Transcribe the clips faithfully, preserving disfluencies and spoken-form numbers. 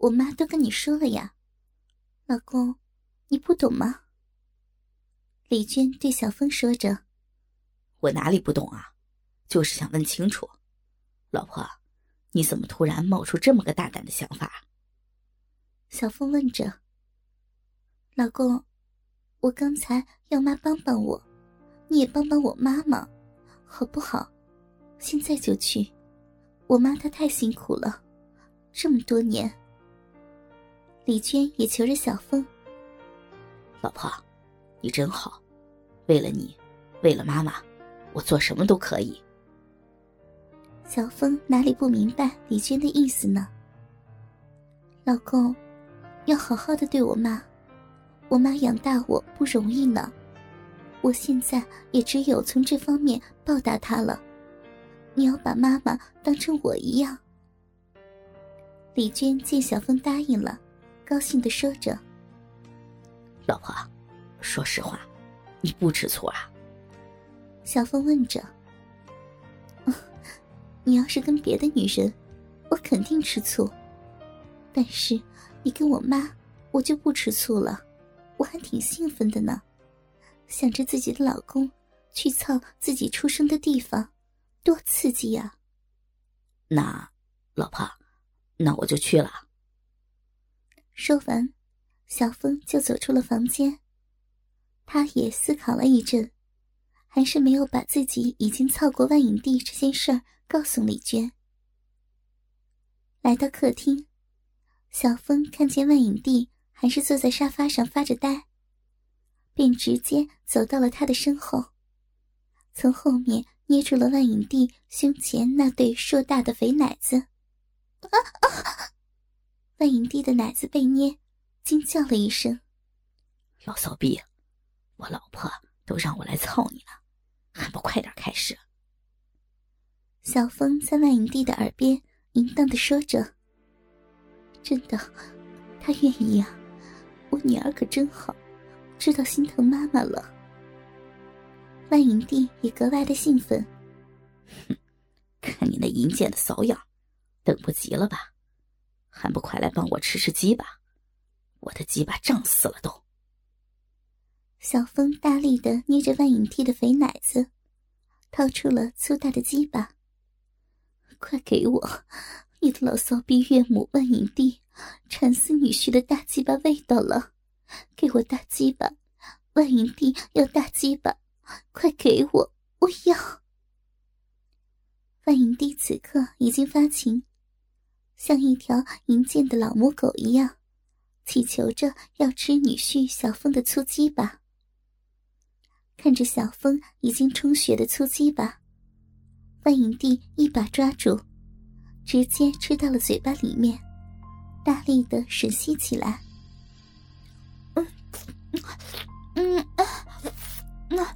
我妈都跟你说了呀，老公，你不懂吗？李娟对小峰说着。 我哪里不懂啊，就是想问清楚，老婆，你怎么突然冒出这么个大胆的想法？ 小峰问着。老公，我刚才要妈帮帮我，你也帮帮我妈妈，好不好？现在就去，我妈她太辛苦了，这么多年。李娟也求着小峰。 老婆，你真好，为了你，为了妈妈，我做什么都可以。 小峰哪里不明白李娟的意思呢？老公，要好好的对我妈，我妈养大我不容易呢，我现在也只有从这方面报答她了，你要把妈妈当成我一样。李娟见小峰答应了，高兴地说着。 老婆，说实话，你不吃醋啊？ 小峰问着。哦，你要是跟别的女人，我肯定吃醋，但是你跟我妈，我就不吃醋了，我还挺兴奋的呢，想着自己的老公去操自己出生的地方，多刺激呀！ 那，老婆，那我就去了。 说完，小峰就走出了房间。他也思考了一阵，还是没有把自己已经操过万影帝这件事儿告诉李娟。来到客厅，小峰看见万影帝还是坐在沙发上发着呆，便直接走到了他的身后，从后面捏住了万影帝胸前那对硕大的肥奶子。啊啊！万影帝的奶子被捏，惊叫了一声。 老骚逼，我老婆都让我来操你了，还不快点开始？ 小峰在万影帝的耳边淫荡地说着。真的，他愿意啊，我女儿可真好，知道心疼妈妈了。万影帝也格外的兴奋。 哼，看你那淫贱的骚样，等不及了吧？还不快来帮我吃吃鸡吧，我的鸡巴胀死了都。 小峰大力地捏着万影帝的肥奶子，掏出了粗大的鸡巴。快给我，你的老骚逼岳母万影帝馋死女婿的大鸡巴味道了，给我大鸡巴，万影帝要大鸡巴，快给我，我要。万影帝此刻已经发情，像一条淫贱的老母狗一样，祈求着要吃女婿小峰的粗鸡巴。看着小峰已经充血的粗鸡巴，万影帝一把抓住，直接吃到了嘴巴里面，大力的吮吸起来。嗯嗯啊啊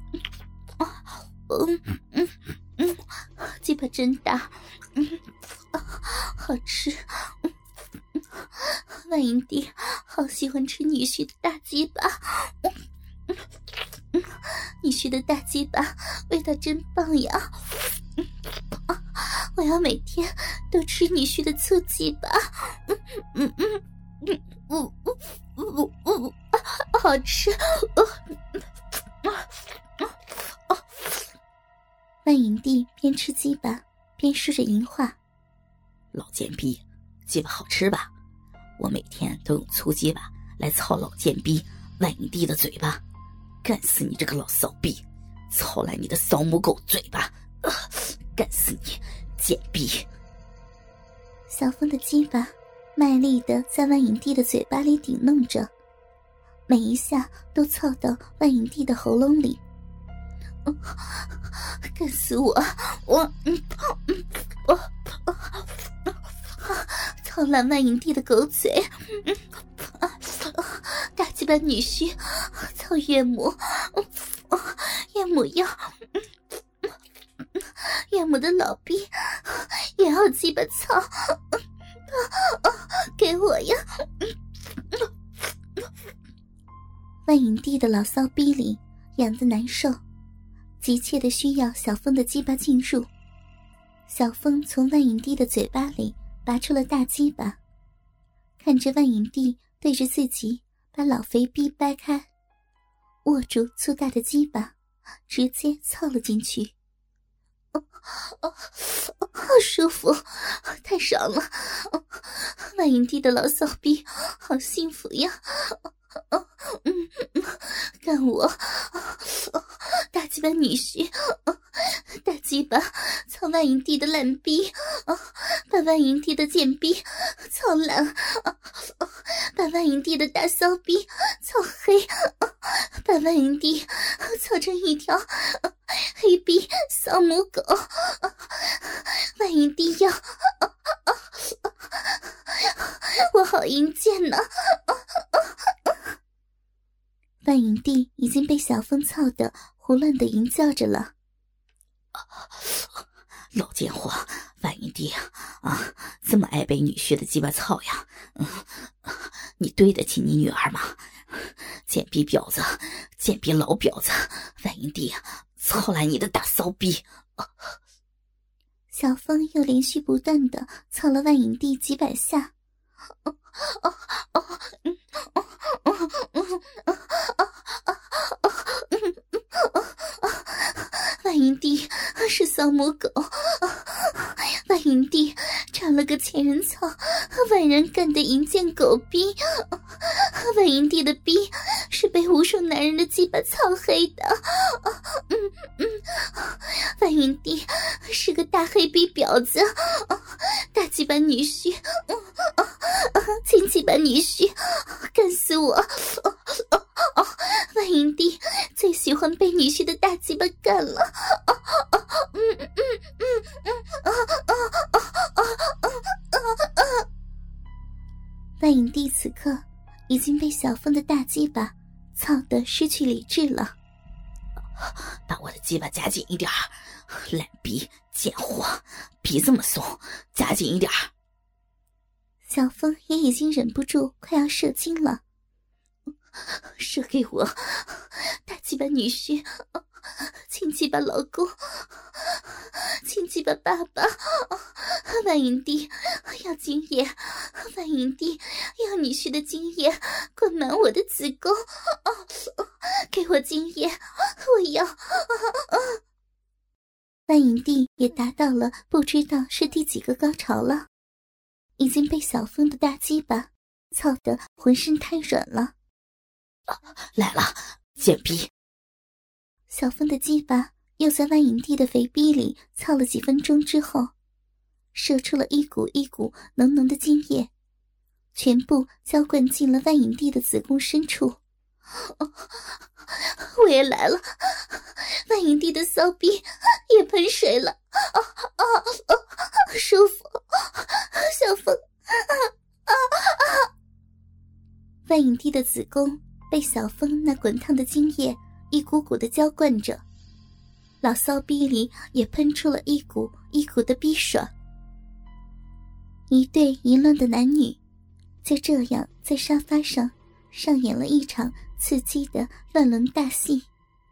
嗯嗯嗯，鸡巴真大，嗯，好吃。万影帝好喜欢吃女婿的大鸡巴。女婿的大鸡巴味道真棒呀！我要每天都吃女婿的粗鸡巴。嗯嗯嗯嗯嗯嗯嗯，好吃！万影帝边吃鸡巴边说着淫话：“ 老贱逼，鸡巴好吃吧？我每天都用粗鸡巴来操老贱逼万影帝的嘴巴。”干死你这个老骚逼，操烂你的骚母狗嘴巴，呃、干死你贱逼！ 小峰的鸡巴卖力地在万影帝的嘴巴里顶弄着，每一下都操到万影帝的喉咙里。嗯，干死我！我嗯嗯我操烂万影帝的狗嘴！嗯啊啊！大鸡巴女婿，操岳母！嗯，岳母要，嗯，岳母的老逼也要鸡巴操！嗯啊啊！给我呀！嗯，万影帝的老骚逼里痒得难受，急切地需要小峰的鸡巴进入。小峰从万影帝的嘴巴里拔出了大鸡巴， 看着万影帝对着自己把老肥逼掰开，握住粗大的鸡巴，直接操了进去。哦哦哦，好舒服，太爽了！哦，万影帝的老骚逼好幸福呀！哦，嗯嗯，干我！哦，大鸡巴女婿，哦，大鸡巴操万影帝的烂逼，哦，把万影帝的贱逼操烂，哦哦，把万影帝的大骚逼操黑，哦，把万影帝操成一条哦黑逼骚母狗，哦，万影帝要，哦哦哦，我好淫贱呢！哦哦，万影帝已经被小风操得胡乱地淫叫着了。 老贱货，万影帝啊，啊，这么爱被女婿的鸡巴操呀？嗯，你对得起你女儿吗？贱逼婊子，贱逼老婊子，万影帝操烂你的大骚逼！啊， 小风又连续不断地操了万影帝几百下。哦哦哦，嗯哦哦哦哦哦哦嗯哦哦，万影帝是骚母狗，万影帝长了个千人草，万人干的淫贱狗逼，万影帝的逼是被无数男人的鸡巴操黑的。嗯嗯，万影帝是个大黑逼婊子，大鸡巴女婿，亲鸡巴女婿，干死我！哦哦哦，万影帝最喜欢被女婿的大鸡巴干了。哦哦嗯嗯嗯嗯哦哦哦哦哦哦哦。万影帝此刻已经被小风的大鸡巴操得失去理智了。 把我的鸡巴夹紧一点，烂逼贱货，皮这么松，夹紧一点。 小风也已经忍不住快要射精了。射给我，大鸡巴女婿，亲鸡巴老公，亲鸡巴爸爸，万影帝要精液，万影帝要女婿的精液灌满我的子宫，给我精液，我要。万影帝也达到了不知道是第几个高潮了，已经被小风的大鸡巴操得浑身瘫软了。 啊，来了，贱逼！ 小风的鸡巴又在万影帝的肥逼里操了几分钟之后，射出了一股一股浓浓的精液，全部浇灌进了万影帝的子宫深处。哦，我也来了，万影帝的骚逼也喷水了。哦哦哦，舒服！小风，啊啊啊！万影帝的子宫被小风那滚烫的精液一股股的浇灌着，老骚逼里也喷出了一股一股的逼爽。一对淫乱的男女就这样在沙发上上演了一场刺激的乱伦大戏。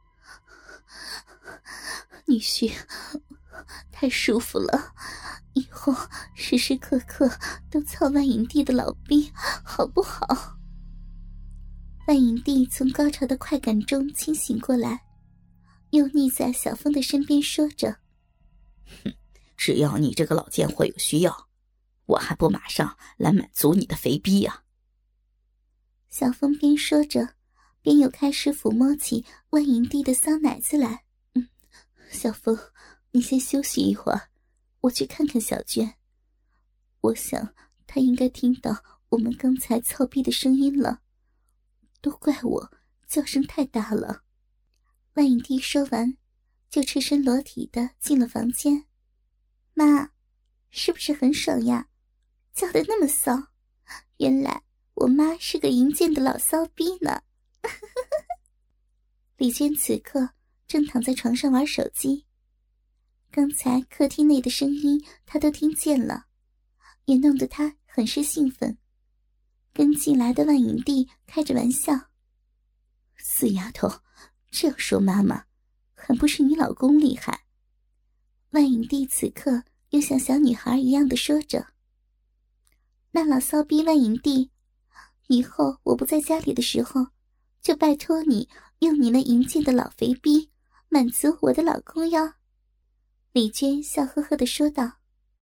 女婿，太舒服了，以后时时刻刻都操万影帝的老逼好不好？万影帝从高潮的快感中清醒过来，又腻在小风的身边说着： 哼，只要你这个老贱货有需要，我还不马上来满足你的肥逼呀！ 小风边说着，便又开始抚摸起万影帝的骚奶子来。嗯，小风，你先休息一会儿，我去看看小娟。我想她应该听到我们刚才操逼的声音了，都怪我叫声太大了。万影帝说完，就赤身裸体的进了房间。妈，是不是很爽呀？叫得那么骚，原来我妈是个淫贱的老骚逼呢。李娟此刻正躺在床上玩手机，刚才客厅内的声音她都听见了，也弄得她很是兴奋，跟进来的万影帝开着玩笑：死丫头，这样说妈妈还不是你老公厉害。万影帝此刻又像小女孩一样的说着： 那老骚逼万影帝，以后我不在家里的时候，就拜托你用你那淫贱的老肥逼满足我的老公哟。”李娟笑呵呵地说道。